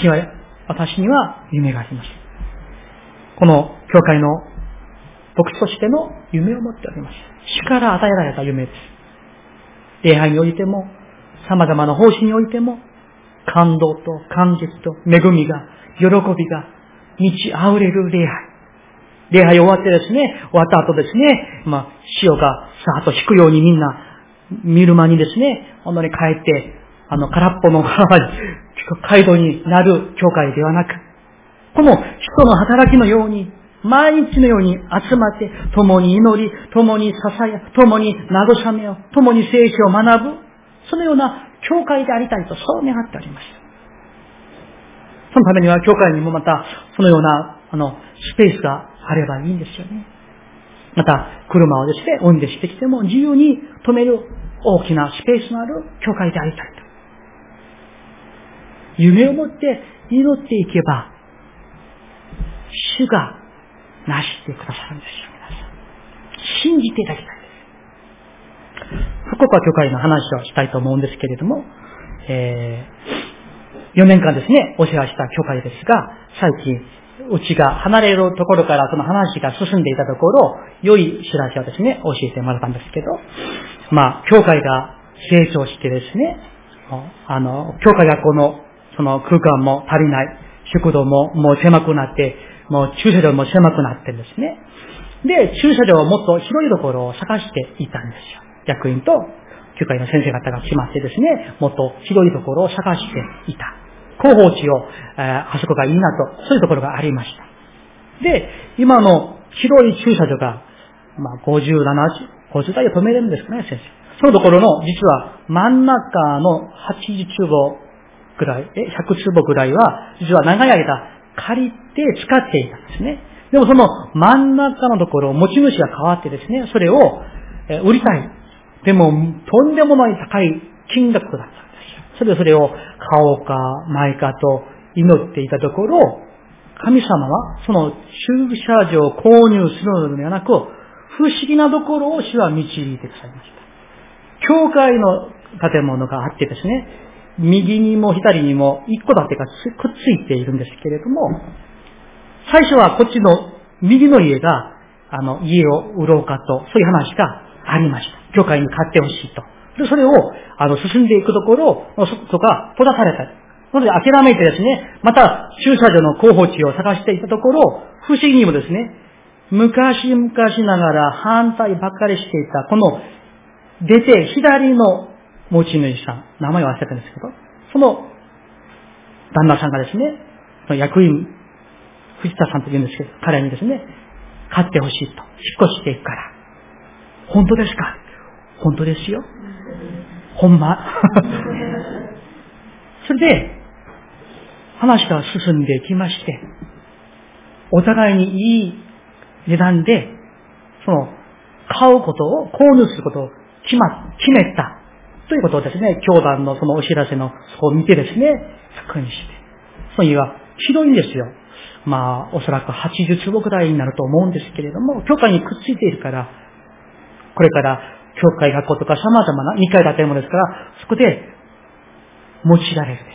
私には夢があります。この教会の牧師としての夢を持っております。主から与えられた夢です。礼拝においても、様々な奉仕においても、感動と感激と恵みが、喜びが満ち溢れる礼拝。礼拝終わってですね、終わった後ですね、潮がさーっと引くようにみんな見る間にですね、本当に帰って、空っぽの街道になる教会ではなく、この人の働きのように、毎日のように集まって、共に祈り、共に支え、共に慰めを、共に聖書を学ぶ、そのような教会でありたいと、そう願っております。そのためには教会にもまた、そのような、スペースがあればいいんですよね。また、車をですね、おんでしてきても自由に止める大きなスペースのある教会でありたいと。夢を持って祈っていけば、主がなしてくださるんですよ、皆さん。信じていただきたいです。福岡教会の話をしたいと思うんですけれども、4年間ですね、お世話した教会ですが、最近、うちが離れるところからその話が進んでいたところ、良い知らせをですね、教えてもらったんですけど、教会が成長してですね、教会学校のその空間も足りない、食堂ももう狭くなって、もう駐車場も狭くなってですね。で、駐車場をもっと広いところを探していたんですよ。役員と教会の先生方が決まってですね、もっと広いところを探していた。広報地を、あそこがいいなと、そういうところがありました。で、今の広い駐車場が、50台を止めれるんですかね、先生。そのところの、実は真ん中の80坪ぐらい、100坪ぐらいは、実は長い間借りて使っていたんですね。でもその真ん中のところ、持ち主が変わってですね、それを売りたい。でも、とんでもない高い金額だったんですよ。それを買おうか、ないかと祈っていたところ、神様はその駐車場を購入するのではなく、不思議なところを主は導いてくださいました。教会の建物があってですね、右にも左にも一戸建てがくっついているんですけれども、最初はこっちの右の家が、家を売ろうかと、そういう話がありました。教会に買ってほしいと。で、それを、進んでいくところ、そこが閉ざされた。なので諦めてですね、また駐車場の候補地を探していたところ、不思議にもですね、昔々ながら反対ばっかりしていた、この出て左の持ち主さん、名前を忘れたんですけど、その旦那さんがですね、役員、藤田さんと言うんですけど、彼にですね、買ってほしいと、引っ越していくから。本当ですか？本当ですよ。ほんま。それで、話が進んでいきまして、お互いにいい値段で、買うことを、購入することを決めた。ということをですね、教団のそのお知らせの、そこを見てですね、確認して。その家は広いんですよ。おそらく80坪くらいになると思うんですけれども、教会にくっついているから、これから、教会学校とか様々な2階建てもですから、そこで用いられるでしょう。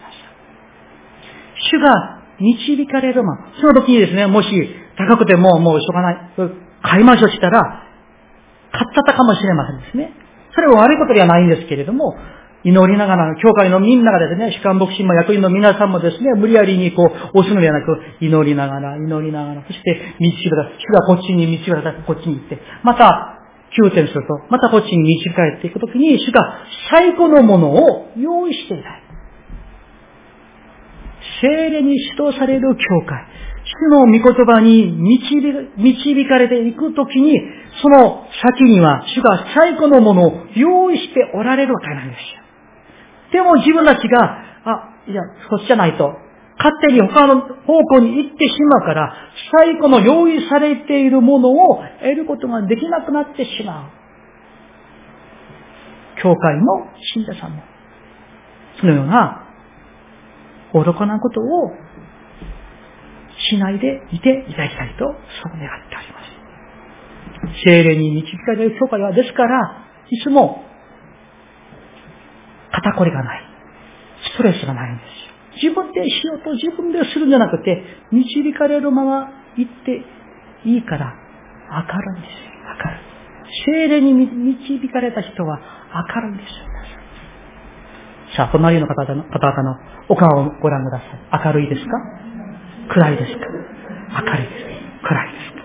主が導かれるその時にですね、もし高くてももうしょうがない、買いましょうしたら、買ったかもしれませんですね。それは悪いことではないんですけれども、祈りながら、教会のみんながですね、主幹牧師も役員の皆さんもですね、無理やりに押すのではなく、祈りながら、そして主がこっちに導かれたらこっちに行って、また、急転すると、またこっちに導かれていくときに、主が最高のものを用意していない。聖霊に指導される教会、主の御言葉に導かれていくときに、その先には主が最高のものを用意しておられるわけなんですよ。でも自分たちが、そっちじゃないと、勝手に他の方向に行ってしまうから、最後の用意されているものを得ることができなくなってしまう。教会も信者さんも、そのような愚かなことをしないでいていただきたいと、そう願っております。聖霊に導かれる教会はですから、いつも肩こりがない。ストレスがないんですよ。自分でしようと自分でするんじゃなくて、導かれるまま行っていいから明るいんですよ。明るい。聖霊に導かれた人は明るいんですよ。さあ、隣の方々のお顔をご覧ください。明るいですか？暗いですか？明るいですか？暗いですか？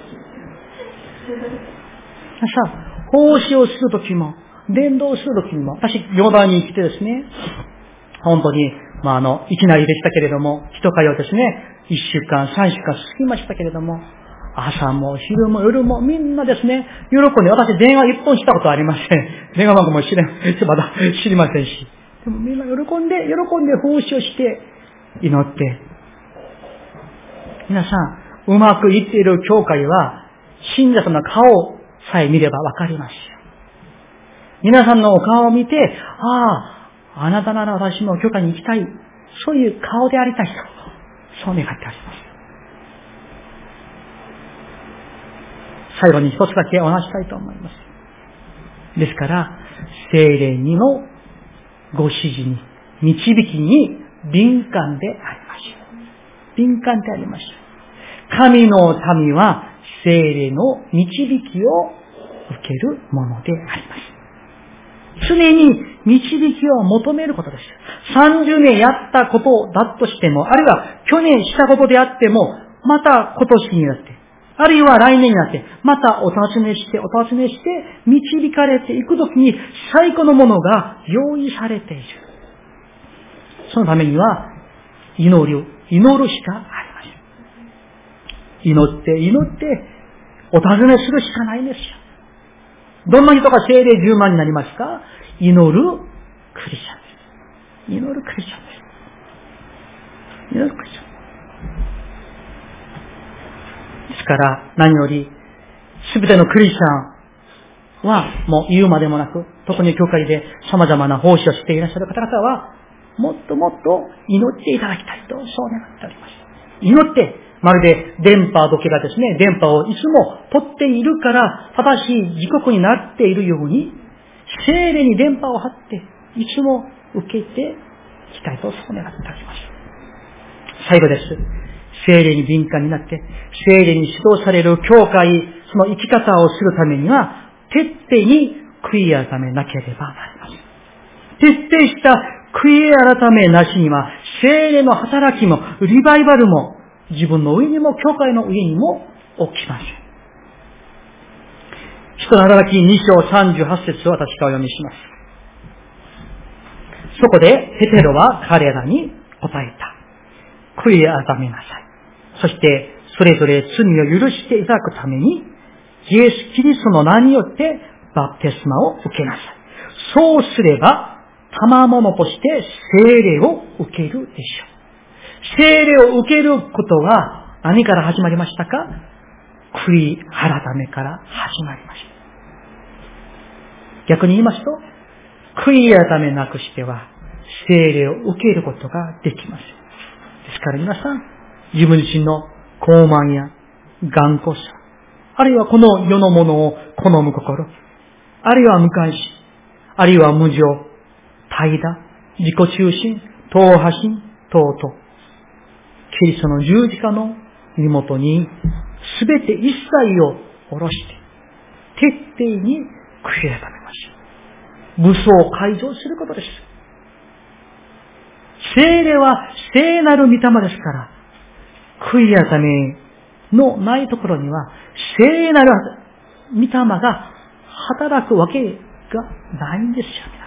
さあ、奉仕をするときも、伝道するときにも、私、行団に来てですね、本当に、いきなりでしたけれども、一通をですね、1週間、3週間過ぎましたけれども、朝も昼も夜もみんなですね、喜んで、私電話一本したことありません。電話番号もまだ知りませんし。でもみんな喜んで奉仕をして祈って。皆さん、うまくいっている教会は、信者さんの顔さえ見ればわかりますよ。皆さんのお顔を見て、あなたなら私も教会に行きたい。そういう顔でありたいと。そう願っております。最後に一つだけお話したいと思います。ですから、聖霊にのご指示に、導きに敏感でありましょう。敏感でありましょう。神の民は聖霊の導きを受けるものであります。常に導きを求めることです。30年やったことだとしても、あるいは去年したことであっても、また今年になって、 あるいは来年になって、またお尋ねして、導かれていくときに、最高のものが用意されている。そのためには、祈るしかありません。祈って、お尋ねするしかないんですよ。どんな人が聖霊10万になりますか？祈るクリスチャンです。祈るクリスチャンです。ですから、何より、すべてのクリスチャンは、もう言うまでもなく、特に教会で様々な奉仕をしていらっしゃる方々は、もっともっと祈っていただきたいと、そう願っております。祈って、まるで電波時計がですね、電波をいつも取っているから、正しい時刻になっているように、聖霊に電波を張って、いつも受けていきたいと、そう願っております。最後です。聖霊に敏感になって、聖霊に指導される教会、その生き方をするためには、徹底に悔い改めなければなりません。徹底した悔い改めなしには、聖霊の働きも、リバイバルも、自分の上にも、教会の上にも起きません。使徒の働き2章38節を私がお読みします。そこで、ペテロは彼らに答えた。悔い改めなさい。そして、それぞれ罪を許していただくために、イエス・キリストの名によってバプテスマを受けなさい。そうすれば、賜物として聖霊を受けるでしょう。聖霊を受けることは何から始まりましたか？悔い改めから始まりました。逆に言いますと、悔い改めなくしては、聖霊を受けることができません。ですから皆さん、自分自身の傲慢や頑固さ、あるいはこの世のものを好む心、あるいは無関心、あるいは無情、怠惰、自己中心、党派心等々、キリストの十字架の身元にすべて一切を下ろして、徹底に悔い改めましょう。無双を解除することです。聖霊は聖なる御霊ですから、悔い改めのないところには、聖なる御霊が働くわけがないんですよ、皆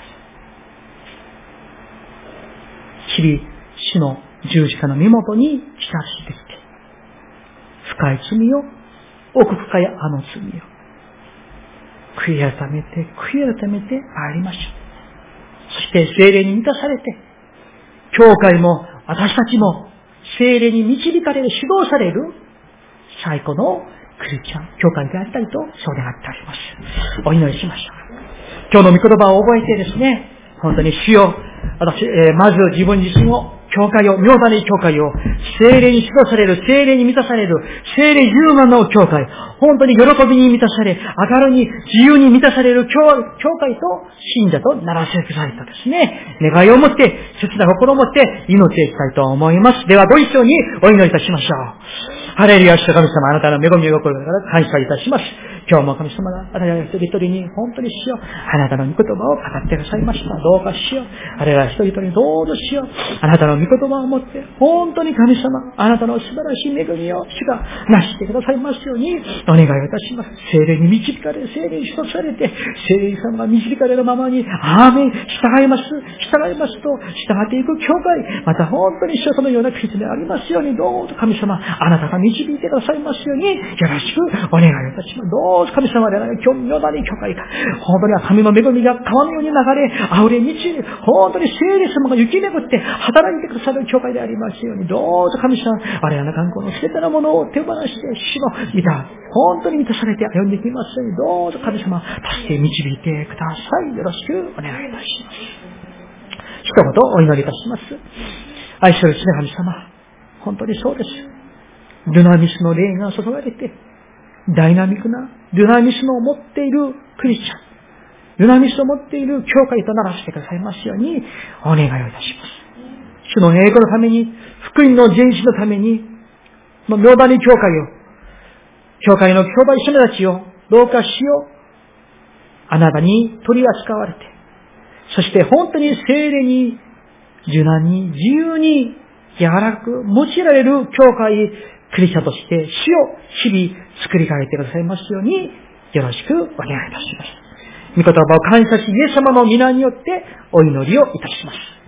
さん。日々、主の十字架の身元に浸してきて、深い罪を、奥深いあの罪を、悔い改めて参りましょう。そして聖霊に満たされて、教会も私たちも聖霊に導かれる、指導される最高のクリスチャン、教会であったりと、そう願っております。お祈りしましょう。今日の御言葉を覚えてですね、本当に主よ、私、まず自分自身を、教会を、妙だに教会を、聖霊に指導される、聖霊に満たされる、聖霊充満の教会、本当に喜びに満たされ、明るに、自由に満たされる教会と信者とならせてくださいとですね、願いを持って、切な心を持って祈っていきたいと思います。ではご一緒にお祈りいたしましょう。ハレルヤ、主神様、あなたの恵みを心から感謝いたします。今日も神様があなたの一人一人に本当にしよう。あなたの御言葉を語ってくださいました。どうかしよう。あれら一人一人どうぞしよう。あなたの御言葉を持って、本当に神様、あなたの素晴らしい恵みを主がなしてくださいますようにお願いいたします。聖霊に導かれ、聖霊に一つされて、聖霊様が導かれるままに、アーメン、従いますと、従っていく教会、また本当に主はそのような国でありますように、どうぞ神様、あなたが導いてくださいますように、よろしくお願いいたします。どうぞ神様ではない、今日のように教会が、本当に神の恵みが川のように流れ、溢れ満ち、本当に聖霊様が雪巡って働いてくださる教会でありますように、どうぞ神様、我々の観光の全てのものを手放して、主の本当に満たされて歩んでいきますように、どうぞ神様、助け導いてください。よろしくお願いいたします。一言お祈りいたします。愛する主の神様、本当にそうです。デュナミスの霊が注がれて、ダイナミックなデュナミスの持っているクリスチャン、デュナミスを持っている教会とならせてくださいますようにお願いをいたします。主の栄光のために、福音の前進のために、妙だに教会を、教会の兄弟姉妹たちを、どうかしよう、あなたに取り扱われて、そして本当に聖霊に、柔軟に、自由に、柔らかく用いられる教会クリスチャンとして主を日々作り変えてくださいますように、よろしくお願いいたします。御言葉を感謝し、イエス様の皆によってお祈りをいたします。